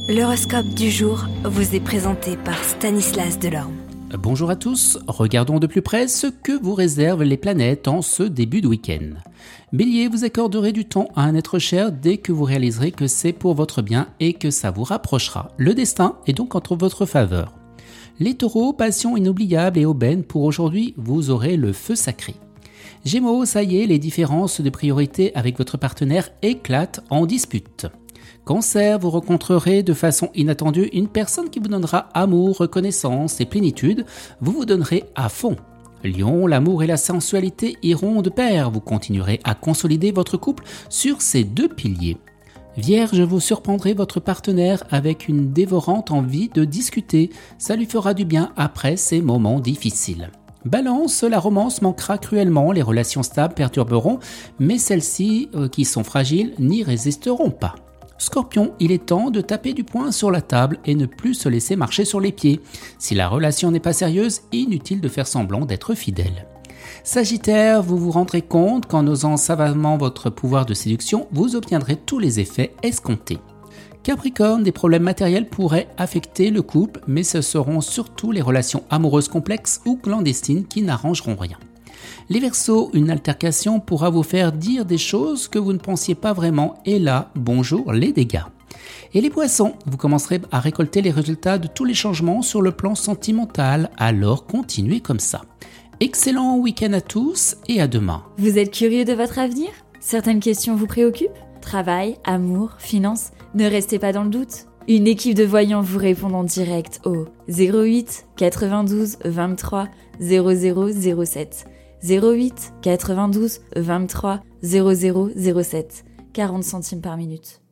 L'horoscope du jour vous est présenté par Stanislas Delorme. Bonjour à tous, regardons de plus près ce que vous réservent les planètes en ce début de week-end. Bélier, vous accorderez du temps à un être cher dès que vous réaliserez que c'est pour votre bien et que ça vous rapprochera. Le destin est donc entre votre faveur. Les taureaux, passion inoubliable et aubaine pour aujourd'hui, vous aurez le feu sacré. Gémeaux, ça y est, les différences de priorité avec votre partenaire éclatent en dispute. Cancer, vous rencontrerez de façon inattendue une personne qui vous donnera amour, reconnaissance et plénitude. Vous vous donnerez à fond. Lion, l'amour et la sensualité iront de pair. Vous continuerez à consolider votre couple sur ces deux piliers. Vierge, vous surprendrez votre partenaire avec une dévorante envie de discuter. Ça lui fera du bien après ces moments difficiles. Balance, la romance manquera cruellement, les relations stables perturberont, mais celles-ci qui sont fragiles n'y résisteront pas. Scorpion, il est temps de taper du poing sur la table et ne plus se laisser marcher sur les pieds. Si la relation n'est pas sérieuse, inutile de faire semblant d'être fidèle. Sagittaire, vous vous rendrez compte qu'en osant savamment votre pouvoir de séduction, vous obtiendrez tous les effets escomptés. Capricorne, des problèmes matériels pourraient affecter le couple, mais ce seront surtout les relations amoureuses complexes ou clandestines qui n'arrangeront rien. Les Verseaux, une altercation pourra vous faire dire des choses que vous ne pensiez pas vraiment, et là, bonjour les dégâts. Et les Poissons, vous commencerez à récolter les résultats de tous les changements sur le plan sentimental, alors continuez comme ça. Excellent week-end à tous et à demain. Vous êtes curieux de votre avenir ? Certaines questions vous préoccupent ? Travail, amour, finances ? Ne restez pas dans le doute. Une équipe de voyants vous répond en direct au 08 92 23 0007. 08 92 23 0007. 40 centimes par minute.